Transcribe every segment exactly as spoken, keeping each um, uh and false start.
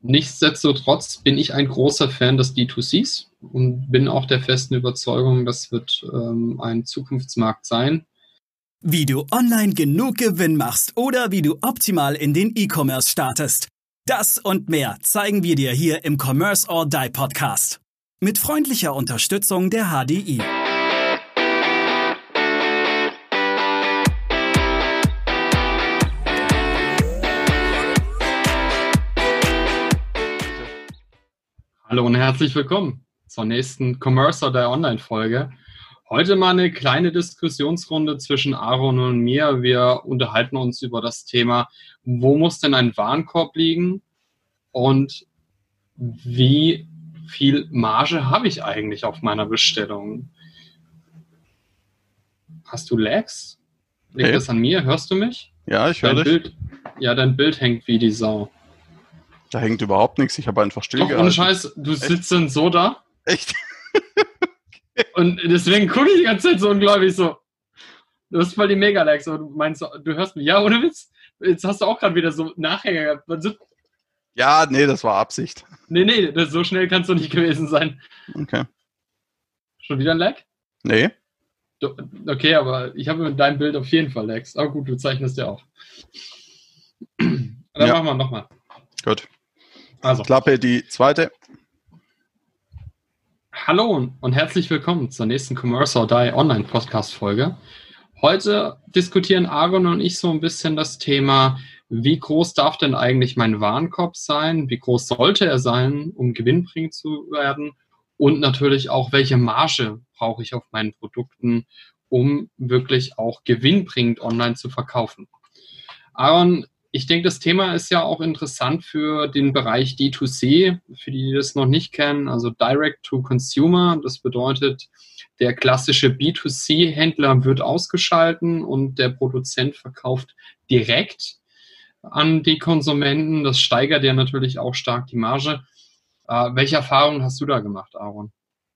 Nichtsdestotrotz bin ich ein großer Fan des D zwei Cs und bin auch der festen Überzeugung, das wird ähm, ein Zukunftsmarkt sein. Wie du online genug Gewinn machst oder wie du optimal in den E-Commerce startest. Das und mehr zeigen wir dir hier im Commerce or Die Podcast. Mit freundlicher Unterstützung der H D I. Hallo und herzlich willkommen zur nächsten Commerce or Die Online-Folge. Heute mal eine kleine Diskussionsrunde zwischen Aaron und mir. Wir unterhalten uns über das Thema, wo muss denn ein Warenkorb liegen und wie viel Marge habe ich eigentlich auf meiner Bestellung? Hast du Lags? Liegt Hey. das an mir? Hörst du mich? Ja, ich höre Dein dich. Bild, ja, dein Bild hängt wie die Sau. Da hängt überhaupt nichts. Ich habe einfach still Doch, ohne gehalten. Scheiß, du sitzt dann so da Echt? und deswegen gucke ich die ganze Zeit so unglaublich so. Du hast voll die Mega-Lags, aber du meinst, du hörst mich. Ja, ohne Witz. Jetzt hast du auch gerade wieder so Nachhänger gehabt. Man sitzt- Ja, nee, das war Absicht. Nee, nee, das, so schnell kannst du nicht gewesen sein. Okay. Schon wieder ein Lag? Nee. Du, okay, aber ich habe mit deinem Bild auf jeden Fall Lags. Aber gut, du zeichnest ja auch. Dann Ja. machen wir nochmal. Gut. Also, Klappe die zweite. hallo und herzlich willkommen zur nächsten Commerce or Die Online-Podcast-Folge. Heute diskutieren Aaron und ich so ein bisschen das Thema, wie groß darf denn eigentlich mein Warenkorb sein? Wie groß sollte er sein, um gewinnbringend zu werden? Und natürlich auch, welche Marge brauche ich auf meinen Produkten, um wirklich auch gewinnbringend online zu verkaufen? Aaron, ich denke, das Thema ist ja auch interessant für den Bereich D zwei C, für die, die das noch nicht kennen, also Direct to Consumer. Das bedeutet, der klassische B zwei C-Händler wird ausgeschalten und der Produzent verkauft direkt an die Konsumenten. Das steigert ja natürlich auch stark die Marge. Äh, welche Erfahrungen hast du da gemacht, Aaron?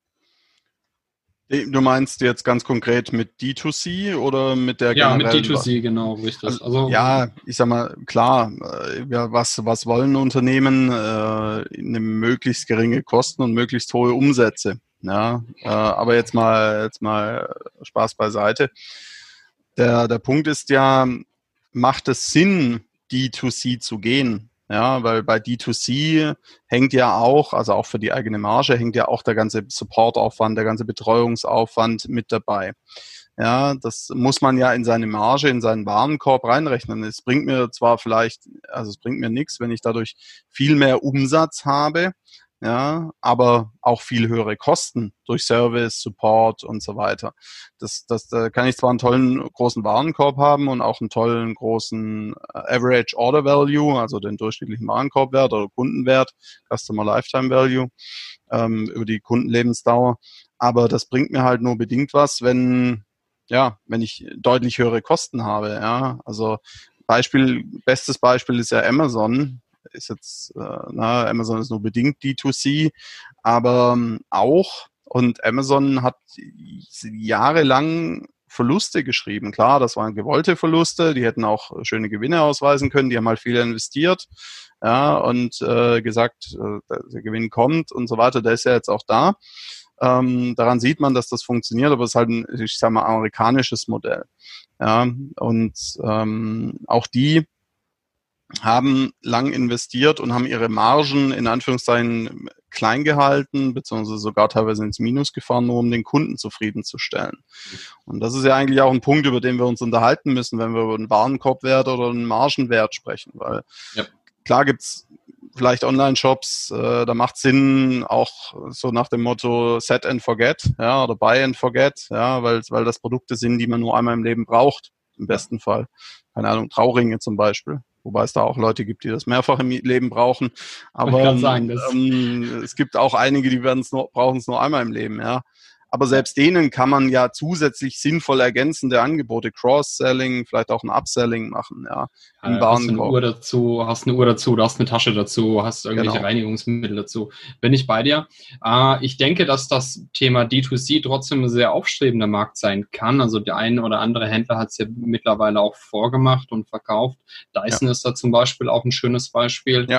Du meinst jetzt ganz konkret mit D zwei C oder mit der Ja, mit D generellen... zwei C, genau, richtig. Also, Also, ja, ich sag mal, klar, äh, ja, was, was wollen Unternehmen? Äh, eine möglichst geringe Kosten und möglichst hohe Umsätze. Ja, äh, aber jetzt mal, jetzt mal Spaß beiseite. Der, der Punkt ist ja, macht es Sinn, D zwei C zu gehen? Ja, weil bei D zwei C hängt ja auch, also auch für die eigene Marge, hängt ja auch der ganze Supportaufwand, der ganze Betreuungsaufwand mit dabei. Ja, das muss man ja in seine Marge, in seinen Warenkorb reinrechnen. Es bringt mir zwar vielleicht, also es bringt mir nichts, wenn ich dadurch viel mehr Umsatz habe, ja, aber auch viel höhere Kosten durch Service, Support und so weiter. Das, das, da kann ich zwar einen tollen großen Warenkorb haben und auch einen tollen großen Average Order Value, also den durchschnittlichen Warenkorbwert oder Kundenwert, Customer Lifetime Value, ähm, über die Kundenlebensdauer. Aber das bringt mir halt nur bedingt was, wenn, ja, wenn ich deutlich höhere Kosten habe. Ja, also Beispiel, bestes Beispiel ist ja Amazon. Ist jetzt, äh, na, Amazon ist nur bedingt D zwei C, aber ähm, auch, und Amazon hat jahrelang Verluste geschrieben. Klar, das waren gewollte Verluste, die hätten auch schöne Gewinne ausweisen können, die haben halt viel investiert, ja, und äh, gesagt, äh, der Gewinn kommt und so weiter, der ist ja jetzt auch da. Ähm, daran sieht man, dass das funktioniert, aber es ist halt ein, ich sag mal, amerikanisches Modell. Ja, und ähm, auch die haben lang investiert und haben ihre Margen in Anführungszeichen klein gehalten, beziehungsweise sogar teilweise ins Minus gefahren, nur um den Kunden zufriedenzustellen. Und das ist ja eigentlich auch ein Punkt, über den wir uns unterhalten müssen, wenn wir über einen Warenkorbwert oder einen Margenwert sprechen, weil Ja. Klar gibt's vielleicht Online-Shops, äh, da macht Sinn, auch so nach dem Motto Set and Forget, ja, oder Buy and Forget, ja, weil, weil das Produkte sind, die man nur einmal im Leben braucht, im besten Fall. Keine Ahnung, Trauringe zum Beispiel. Wobei es da auch Leute gibt, die das mehrfach im Leben brauchen. Aber kann sagen, das ähm, es gibt auch einige, die werden es nur, brauchen es nur einmal im Leben, ja. Aber selbst denen kann man ja zusätzlich sinnvoll ergänzende Angebote, Cross-Selling, vielleicht auch ein Upselling machen, ja. Im Ja, hast du eine Warenkorb. Uhr dazu, hast eine Uhr dazu, du hast eine Tasche dazu, hast irgendwelche Genau. Reinigungsmittel dazu. Bin ich bei dir. Äh, ich denke, dass das Thema D zwei C trotzdem ein sehr aufstrebender Markt sein kann. Also der eine oder andere Händler hat es ja mittlerweile auch vorgemacht und verkauft. Dyson ist da zum Beispiel auch ein schönes Beispiel. Ja.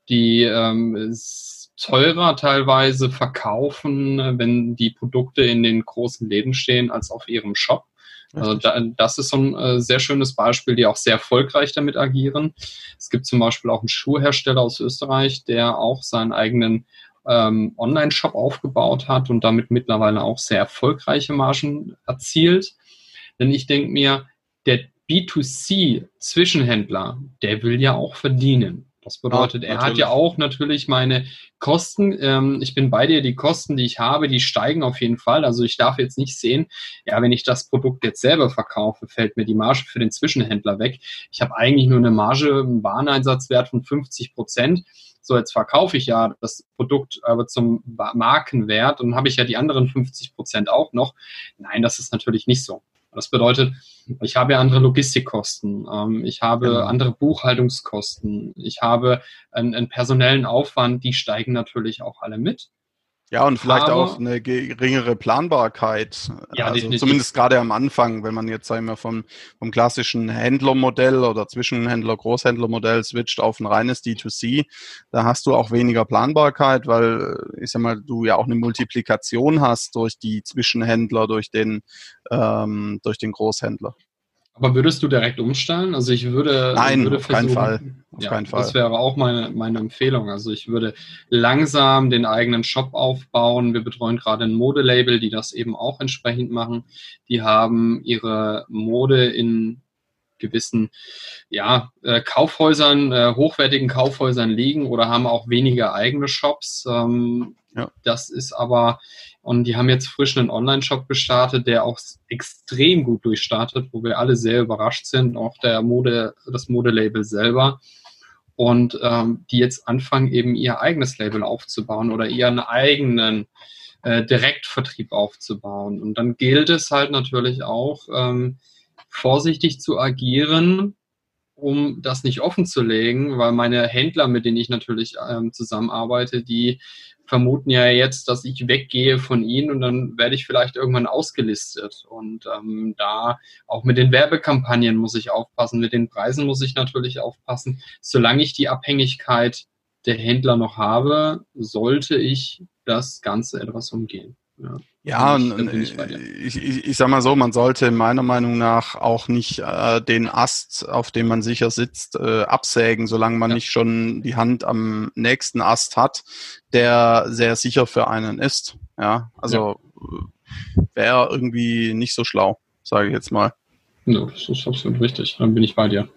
die ähm, teurer teilweise verkaufen, wenn die Produkte in den großen Läden stehen, als auf ihrem Shop. Also da, das ist so ein äh, sehr schönes Beispiel, die auch sehr erfolgreich damit agieren. Es gibt zum Beispiel auch einen Schuhhersteller aus Österreich, der auch seinen eigenen ähm, Online-Shop aufgebaut hat und damit mittlerweile auch sehr erfolgreiche Margen erzielt. Denn ich denke mir, der B zwei C-Zwischenhändler, der will ja auch verdienen. Das bedeutet, ja, er hat ja auch natürlich meine Kosten. Ähm, ich bin bei dir, die Kosten, die ich habe, die steigen auf jeden Fall. Also ich darf jetzt nicht sehen, ja, wenn ich das Produkt jetzt selber verkaufe, fällt mir die Marge für den Zwischenhändler weg. Ich habe eigentlich nur eine Marge, einen Wareneinsatzwert von fünfzig Prozent. So, jetzt verkaufe ich ja das Produkt aber zum Markenwert und habe ich ja die anderen fünfzig Prozent auch noch. Nein, das ist natürlich nicht so. Das bedeutet, ich habe ja andere Logistikkosten, ähm, ich habe genau. andere Buchhaltungskosten, ich habe einen, einen personellen Aufwand, die steigen natürlich auch alle mit. Ja, und vielleicht Aber, auch eine geringere Planbarkeit. Ja, also definitiv. Zumindest gerade am Anfang, wenn man jetzt sagen wir vom, vom klassischen Händlermodell oder Zwischenhändler, Großhändlermodell switcht auf ein reines D zwei C, da hast du auch weniger Planbarkeit, weil ich sag mal, du ja auch eine Multiplikation hast durch die Zwischenhändler, durch den ähm, durch den Großhändler. Aber würdest du direkt umstellen? Also ich würde, Nein, würde auf versuchen, keinen Fall. Auf ja, keinen Fall. Das wäre auch meine, meine Empfehlung. Also ich würde langsam den eigenen Shop aufbauen. Wir betreuen gerade ein Modelabel, die das eben auch entsprechend machen. Die haben ihre Mode in gewissen ja, äh, Kaufhäusern, äh, hochwertigen Kaufhäusern liegen oder haben auch weniger eigene Shops. Ähm, ja. Das ist aber, und die haben jetzt frisch einen Online-Shop gestartet, der auch extrem gut durchstartet, wo wir alle sehr überrascht sind, auch der Mode, das Modelabel selber. Und ähm, die jetzt anfangen, eben ihr eigenes Label aufzubauen oder ihren eigenen äh, Direktvertrieb aufzubauen. Und dann gilt es halt natürlich auch, ähm, vorsichtig zu agieren, um das nicht offen zu legen, weil meine Händler, mit denen ich natürlich ähm, zusammenarbeite, die vermuten ja jetzt, dass ich weggehe von ihnen und dann werde ich vielleicht irgendwann ausgelistet. Und ähm, da auch mit den Werbekampagnen muss ich aufpassen, mit den Preisen muss ich natürlich aufpassen. Solange ich die Abhängigkeit der Händler noch habe, sollte ich das Ganze etwas umgehen. Ja. Ja, ich, ich, ich, ich sag mal so, man sollte meiner Meinung nach auch nicht äh, den Ast, auf dem man sicher sitzt, äh, absägen, solange man ja. nicht schon die Hand am nächsten Ast hat, der sehr sicher für einen ist. Ja, also ja. wäre irgendwie nicht so schlau, sage ich jetzt mal. Ja, das ist absolut richtig, dann bin ich bei dir.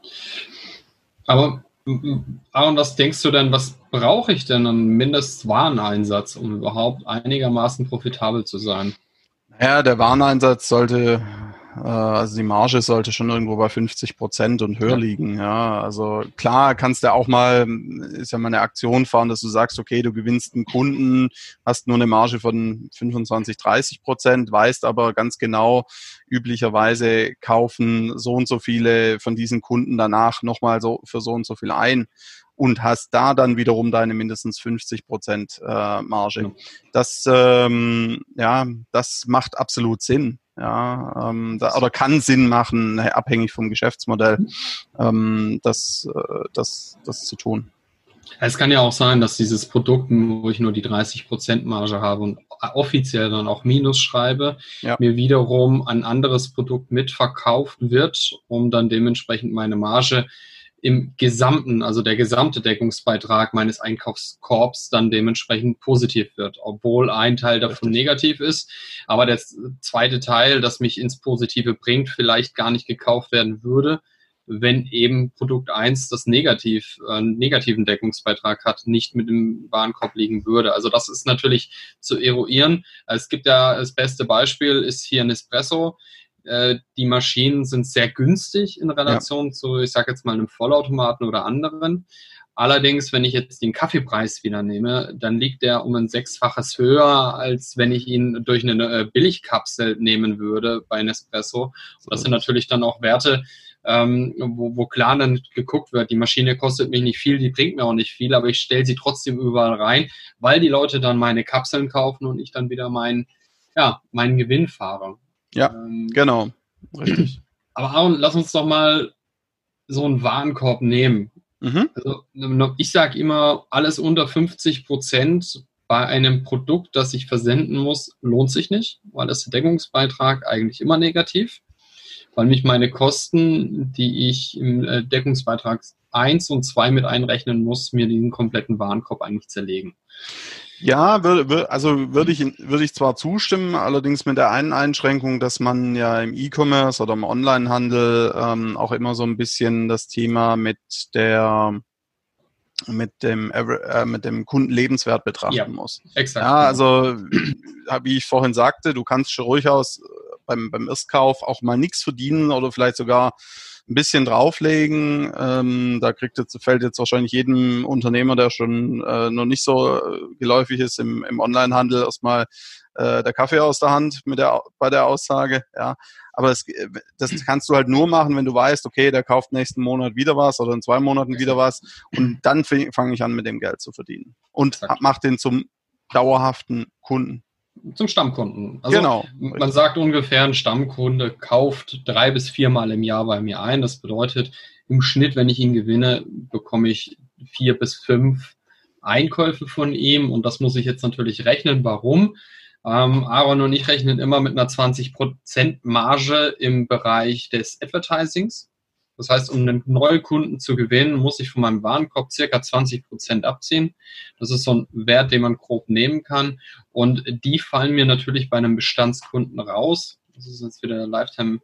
Aber Aaron, was denkst du denn, was brauche ich denn an Mindestwareneinsatz, um überhaupt einigermaßen profitabel zu sein? Ja, der Wareneinsatz sollte, äh, also die Marge sollte schon irgendwo bei fünfzig Prozent und höher ja. liegen. Ja, also klar kannst du auch mal, ist ja mal eine Aktion fahren, dass du sagst, okay, du gewinnst einen Kunden, hast nur eine Marge von fünfundzwanzig, dreißig Prozent, weißt aber ganz genau, üblicherweise kaufen so und so viele von diesen Kunden danach nochmal so für so und so viel ein. Und hast da dann wiederum deine mindestens fünfzig Prozent äh, Marge. Ja. Das, ähm, ja, das macht absolut Sinn. Ja, ähm, da, oder kann Sinn machen, abhängig vom Geschäftsmodell, ähm, das, äh, das, das zu tun. Es kann ja auch sein, dass dieses Produkt, wo ich nur die dreißig Prozent Marge habe und offiziell dann auch Minus schreibe, ja. mir wiederum ein anderes Produkt mitverkauft wird, um dann dementsprechend meine Marge im Gesamten, also der gesamte Deckungsbeitrag meines Einkaufskorbs dann dementsprechend positiv wird, obwohl ein Teil davon Richtig. negativ ist, aber der zweite Teil, das mich ins Positive bringt, vielleicht gar nicht gekauft werden würde, wenn eben Produkt eins das negativ, äh, negativen Deckungsbeitrag hat, nicht mit im Warenkorb liegen würde. Also das ist natürlich zu eruieren. Es gibt ja, das beste Beispiel ist hier Nespresso. Die Maschinen sind sehr günstig in Relation ja. zu, ich sage jetzt mal, einem Vollautomaten oder anderen. Allerdings, wenn ich jetzt den Kaffeepreis wieder nehme, dann liegt der um ein Sechsfaches höher, als wenn ich ihn durch eine Billigkapsel nehmen würde bei Nespresso. Und das sind natürlich dann auch Werte, ähm, wo, wo klar dann geguckt wird, die Maschine kostet mich nicht viel, die bringt mir auch nicht viel, aber ich stelle sie trotzdem überall rein, weil die Leute dann meine Kapseln kaufen und ich dann wieder meinen, ja, meinen Gewinn fahre. Ja, ähm, genau. Richtig. Aber Aaron, lass uns doch mal so einen Warenkorb nehmen. Mhm. Also ich sage immer, alles unter fünfzig Prozent bei einem Produkt, das ich versenden muss, lohnt sich nicht, weil das der Deckungsbeitrag eigentlich immer negativ, weil mich meine Kosten, die ich im Deckungsbeitrag eins und zwei mit einrechnen muss, mir den kompletten Warenkorb eigentlich zerlegen. Ja, würde, also würde ich, würde ich zwar zustimmen, allerdings mit der einen Einschränkung, dass man ja im E-Commerce oder im Onlinehandel ähm, auch immer so ein bisschen das Thema mit der mit dem äh, mit dem Kundenlebenswert betrachten ja, muss. Exakt. Ja, also wie ich vorhin sagte, du kannst schon ruhig beim beim Erstkauf auch mal nichts verdienen oder vielleicht sogar ein bisschen drauflegen. Ähm, da kriegt jetzt, fällt jetzt wahrscheinlich jedem Unternehmer, der schon äh, noch nicht so geläufig ist im, im Onlinehandel, erstmal äh, der Kaffee aus der Hand mit der, bei der Aussage. Ja, aber es, das kannst du halt nur machen, wenn du weißt, okay, der kauft nächsten Monat wieder was oder in zwei Monaten wieder was und dann fange ich an, mit dem Geld zu verdienen und mach den zum dauerhaften Kunden. Zum Stammkunden. Also genau. Man richtig. sagt ungefähr, ein Stammkunde kauft drei bis viermal im Jahr bei mir ein. Das bedeutet, im Schnitt, wenn ich ihn gewinne, bekomme ich vier bis fünf Einkäufe von ihm. Und das muss ich jetzt natürlich rechnen. Warum? Ähm, Aaron und ich rechnen immer mit einer zwanzig Prozent Marge im Bereich des Advertisings. Das heißt, um einen neuen Kunden zu gewinnen, muss ich von meinem Warenkorb circa zwanzig Prozent abziehen. Das ist so ein Wert, den man grob nehmen kann. Und die fallen mir natürlich bei einem Bestandskunden raus. Das ist jetzt wieder der Lifetime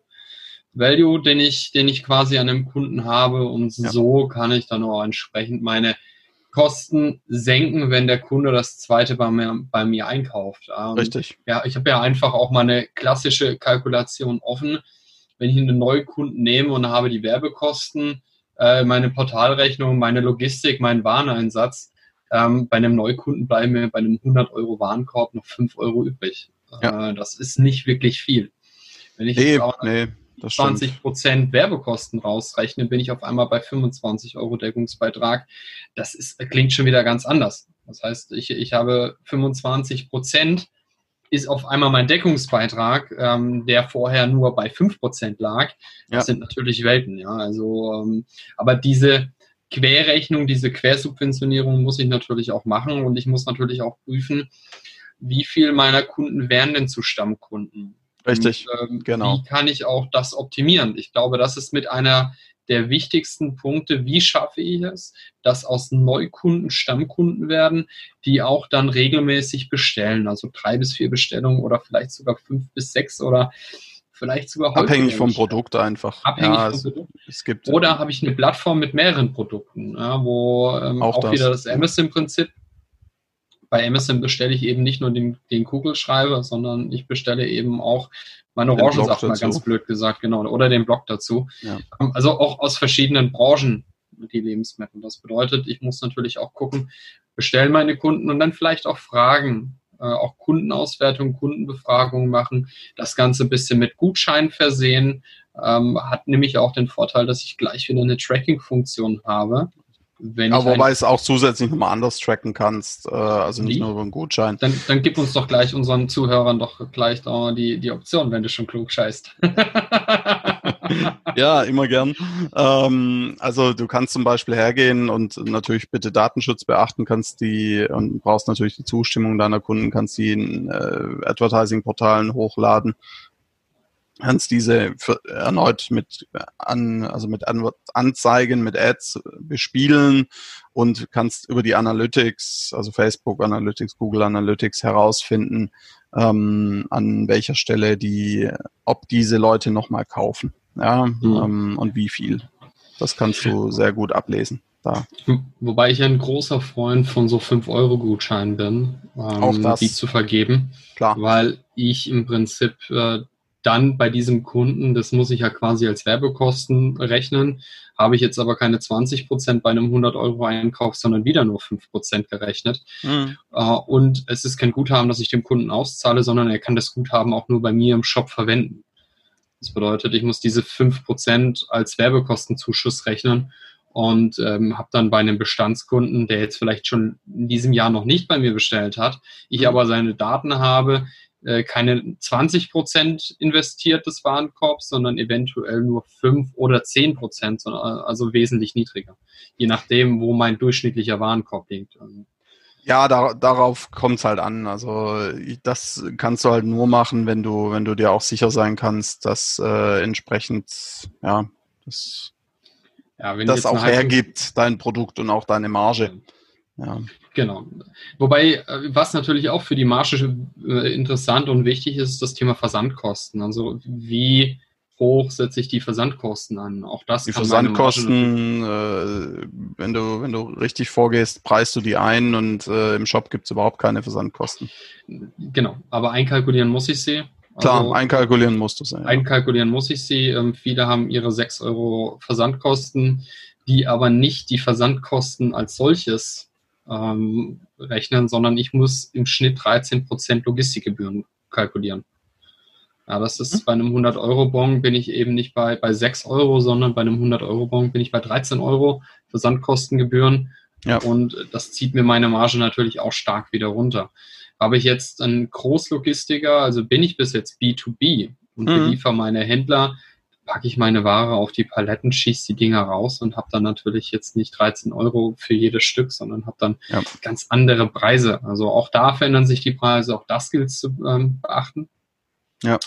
Value, den ich, den ich quasi an einem Kunden habe. Und ja. so kann ich dann auch entsprechend meine Kosten senken, wenn der Kunde das zweite bei mir, bei mir einkauft. Und richtig. Ja, ich habe ja einfach auch meine klassische Kalkulation offen. Wenn ich einen neuen Kunden nehme und habe die Werbekosten, äh, meine Portalrechnung, meine Logistik, meinen Wareneinsatz, ähm, bei einem Neukunden bleiben mir bei einem hundert Euro Warenkorb noch fünf Euro übrig. Ja. Äh, das ist nicht wirklich viel. Wenn ich nee, jetzt auch nee, zwanzig Prozent Werbekosten rausrechne, bin ich auf einmal bei fünfundzwanzig Euro Deckungsbeitrag. Das ist, klingt schon wieder ganz anders. Das heißt, ich, ich habe fünfundzwanzig Prozent ist auf einmal mein Deckungsbeitrag, ähm, der vorher nur bei fünf Prozent lag. Das ja. sind natürlich Welten, ja. Also, ähm, aber diese Querrechnung, diese Quersubventionierung muss ich natürlich auch machen und ich muss natürlich auch prüfen, wie viel meiner Kunden werden denn zu Stammkunden. Richtig, und, ähm, genau. Wie kann ich auch das optimieren? Ich glaube, das ist mit einer der wichtigsten Punkte, wie schaffe ich es, dass aus Neukunden Stammkunden werden, die auch dann regelmäßig bestellen, also drei bis vier Bestellungen oder vielleicht sogar fünf bis sechs oder vielleicht sogar häufiger. Abhängig vom Produkt einfach. Abhängig ja, vom es, Produkt. Es gibt, oder habe ich eine Plattform mit mehreren Produkten, ja, wo ähm, auch, auch das. wieder das Amazon-Prinzip. Bei Amazon bestelle ich eben nicht nur den, den Kugelschreiber, sondern ich bestelle eben auch meine Orangensaft, mal ganz blöd gesagt, genau, oder den Block dazu. Ja. Also auch aus verschiedenen Branchen die Lebensmittel. Das bedeutet, ich muss natürlich auch gucken, bestellen meine Kunden und dann vielleicht auch fragen, äh, auch Kundenauswertung, Kundenbefragung machen, das Ganze ein bisschen mit Gutschein versehen, ähm, hat nämlich auch den Vorteil, dass ich gleich wieder eine Tracking-Funktion habe. Wenn ja, wobei es auch zusätzlich nochmal anders tracken kannst, äh, also nicht Wie? nur über einen Gutschein. Dann, dann gib uns doch gleich unseren Zuhörern doch gleich da die, die Option, wenn du schon klug scheißt. Ja, immer gern. Ähm, also du kannst zum Beispiel hergehen und natürlich bitte Datenschutz beachten, kannst die und brauchst natürlich die Zustimmung deiner Kunden, kannst die in äh, Advertising-Portalen hochladen. Kannst diese für, erneut mit an, also mit an, Anzeigen, mit Ads bespielen und kannst über die Analytics, also Facebook Analytics, Google Analytics herausfinden, ähm, an welcher Stelle die, ob diese Leute nochmal kaufen, ja, mhm. ähm, und wie viel. Das kannst du sehr gut ablesen. Da. Wobei ich ein großer Freund von so fünf Euro Gutscheinen bin, ähm, Auch das. die zu vergeben, Klar. Weil ich im Prinzip äh, dann bei diesem Kunden, das muss ich ja quasi als Werbekosten rechnen, habe ich jetzt aber keine zwanzig Prozent bei einem hundert Euro Einkauf, sondern wieder nur fünf Prozent gerechnet. Mhm. Uh, und es ist kein Guthaben, das ich dem Kunden auszahle, sondern er kann das Guthaben auch nur bei mir im Shop verwenden. Das bedeutet, ich muss diese fünf Prozent als Werbekostenzuschuss rechnen und ähm, habe dann bei einem Bestandskunden, der jetzt vielleicht schon in diesem Jahr noch nicht bei mir bestellt hat, ich mhm. aber seine Daten habe, äh, keine zwanzig Prozent investiert des Warenkorbs, sondern eventuell nur fünf oder zehn Prozent, also wesentlich niedriger. Je nachdem, wo mein durchschnittlicher Warenkorb liegt. Also, ja, da, darauf kommt es halt an. Also das kannst du halt nur machen, wenn du, wenn du dir auch sicher sein kannst, dass äh, entsprechend, ja, das, ja, wenn das auch Heizung hergibt, dein Produkt und auch deine Marge. Ja. Genau. Wobei, was natürlich auch für die Marge äh, interessant und wichtig ist, ist das Thema Versandkosten. Also wie hoch setze ich die Versandkosten an? Auch das Die kann Versandkosten, äh, wenn du wenn du richtig vorgehst, preist du die ein und äh, im Shop gibt es überhaupt keine Versandkosten. Genau, aber einkalkulieren muss ich sie. Klar, Also, einkalkulieren musst du sie. Ja. Einkalkulieren muss ich sie. Ähm, viele haben ihre sechs Euro Versandkosten, die aber nicht die Versandkosten als solches ähm, rechnen, sondern ich muss im Schnitt dreizehn Prozent Logistikgebühren kalkulieren. Ja, das ist, bei einem hundert-Euro-Bon bin ich eben nicht bei, bei sechs Euro, sondern bei einem hundert-Euro-Bon bin ich bei dreizehn Euro Versandkostengebühren. Ja. Und das zieht mir meine Marge natürlich auch stark wieder runter. Habe ich jetzt einen Großlogistiker, also bin ich bis jetzt B zwei B und Mhm. beliefere meine Händler, packe ich meine Ware auf die Paletten, schieße die Dinger raus und habe dann natürlich jetzt nicht dreizehn Euro für jedes Stück, sondern habe dann Ja. ganz andere Preise. Also auch da verändern sich die Preise, auch das gilt zu ähm, beachten. Ja.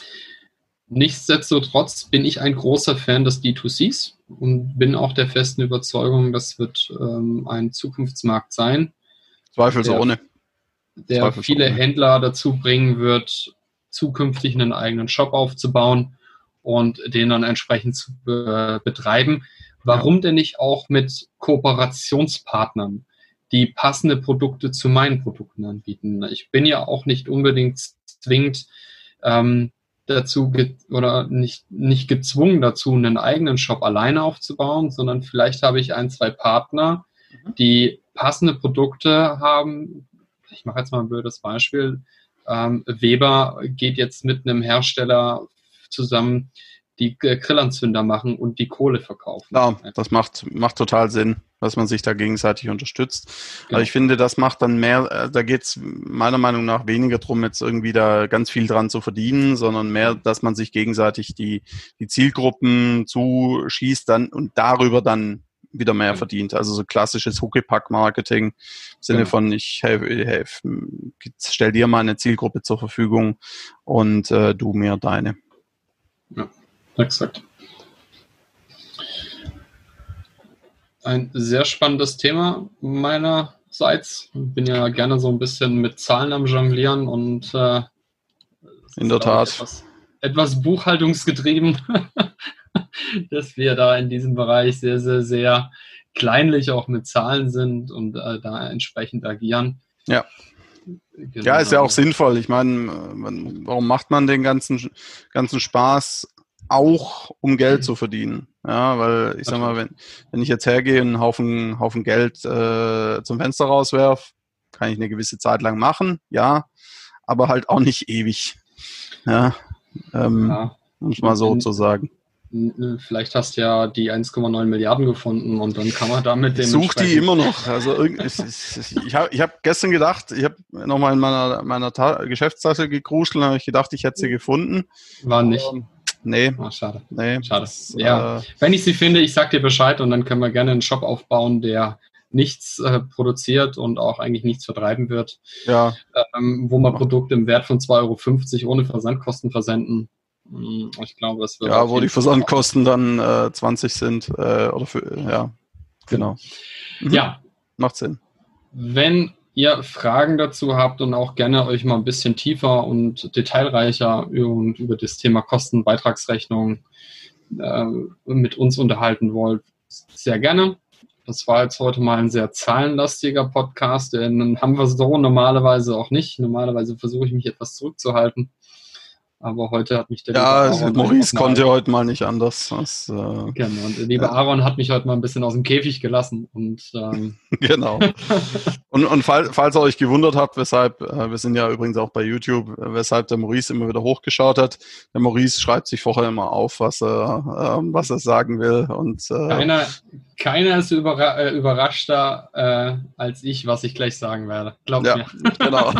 Nichtsdestotrotz bin ich ein großer Fan des D zwei Cs und bin auch der festen Überzeugung, das wird ähm, ein Zukunftsmarkt sein, Zweifelsohne. der Zweifelsohne. viele Händler dazu bringen wird, zukünftig einen eigenen Shop aufzubauen und den dann entsprechend zu be- betreiben. Warum denn nicht auch mit Kooperationspartnern, die passende Produkte zu meinen Produkten anbieten? Ich bin ja auch nicht unbedingt zwingend ähm, dazu ge- oder nicht, nicht gezwungen dazu, einen eigenen Shop alleine aufzubauen, sondern vielleicht habe ich ein, zwei Partner, die passende Produkte haben. Ich mache jetzt mal ein blödes Beispiel. Ähm, Weber geht jetzt mit einem Hersteller zusammen, die Grillanzünder machen und die Kohle verkaufen. Ja, das macht, macht total Sinn, dass man sich da gegenseitig unterstützt. Genau. Aber ich finde, das macht dann mehr, da geht es meiner Meinung nach weniger drum, jetzt irgendwie da ganz viel dran zu verdienen, sondern mehr, dass man sich gegenseitig die, die Zielgruppen zuschießt dann und darüber dann wieder mehr Ja. verdient. Also so klassisches Huckepack-Marketing im Sinne Genau. von, ich helf, helf, stell dir mal eine Zielgruppe zur Verfügung und äh, du mir deine. Ja, exakt. Ein sehr spannendes Thema meinerseits. Ich bin ja gerne so ein bisschen mit Zahlen am Jonglieren und äh, In der Tat. Etwas, etwas buchhaltungsgetrieben, dass wir da in diesem Bereich sehr, sehr, sehr kleinlich auch mit Zahlen sind und äh, da entsprechend agieren. Ja. Genau. Ja, ist ja auch sinnvoll. Ich meine, warum macht man den ganzen, ganzen Spaß? Auch um Geld zu verdienen. Ja, weil ich sag mal, wenn, wenn ich jetzt hergehe und einen Haufen, Haufen Geld äh, zum Fenster rauswerf, kann ich eine gewisse Zeit lang machen, ja, aber halt auch nicht ewig. Ja, ähm, Ja. um es mal so zu sagen. Vielleicht hast du ja die eins Komma neun Milliarden gefunden und dann kann man damit den. Ich suche die immer noch. Also ich, ich habe ich hab gestern gedacht, ich habe nochmal in meiner, meiner Ta- Geschäftstasche gekruschelt, habe ich gedacht, ich hätte sie gefunden. War nicht. Ähm, nee. Ach, schade. Nee. Schade. Das, ja. Äh, Wenn ich sie finde, ich sag dir Bescheid und dann können wir gerne einen Shop aufbauen, der nichts äh, produziert und auch eigentlich nichts vertreiben wird. Ja. Ähm, wo wir Produkte im Wert von zwei Euro fünfzig ohne Versandkosten versenden. Ich glaube, es wird. Ja, wo die Versandkosten dann äh, zwanzig sind. Äh, oder für, ja, genau. Mhm. Ja. Macht Sinn. Wenn ihr Fragen dazu habt und auch gerne euch mal ein bisschen tiefer und detailreicher und über das Thema Kosten, Beitragsrechnung äh, mit uns unterhalten wollt, sehr gerne. Das war jetzt heute mal ein sehr zahlenlastiger Podcast, den haben wir so normalerweise auch nicht. Normalerweise versuche ich mich etwas zurückzuhalten. Aber heute hat mich der ja, liebe Aaron Maurice konnte heute mal nicht anders. Das, äh, genau, und der liebe ja. Aaron hat mich heute mal ein bisschen aus dem Käfig gelassen. Und, ähm, genau. und und fall, falls ihr euch gewundert habt, weshalb, äh, wir sind ja übrigens auch bei YouTube, äh, weshalb der Maurice immer wieder hochgeschaut hat. Der Maurice schreibt sich vorher immer auf, was er, äh, was er sagen will. Und, äh, keiner Keiner ist überra äh, überraschter äh, als ich, was ich gleich sagen werde. Glaubt ja, mir. Genau.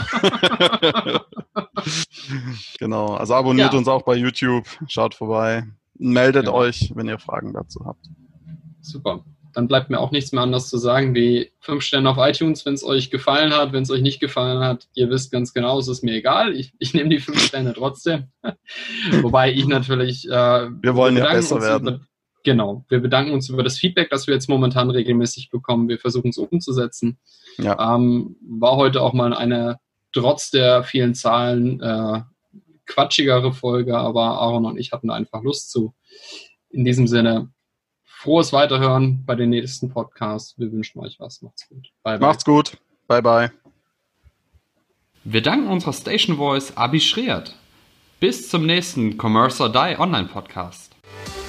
Genau. Also abonniert Ja. uns auch bei YouTube, schaut vorbei, meldet Genau. euch, wenn ihr Fragen dazu habt. Super. Dann bleibt mir auch nichts mehr anderes zu sagen wie fünf Sterne auf iTunes, wenn es euch gefallen hat. Wenn es euch nicht gefallen hat, ihr wisst ganz genau, es ist mir egal. Ich, ich nehme die fünf Sterne trotzdem. Wobei ich natürlich... Äh, wir wollen wir ja besser werden. Über, genau. Wir bedanken uns über das Feedback, das wir jetzt momentan regelmäßig bekommen. Wir versuchen es umzusetzen. Ja. Ähm, war heute auch mal eine, trotz der vielen Zahlen, äh, quatschigere Folge, aber Aaron und ich hatten einfach Lust zu. In diesem Sinne... Frohes Weiterhören bei den nächsten Podcasts. Wir wünschen euch was. Macht's gut. Bye, bye. Macht's gut. Bye, bye. Wir danken unserer Station Voice Abi Schreert. Bis zum nächsten Commerce or Die Online Podcast.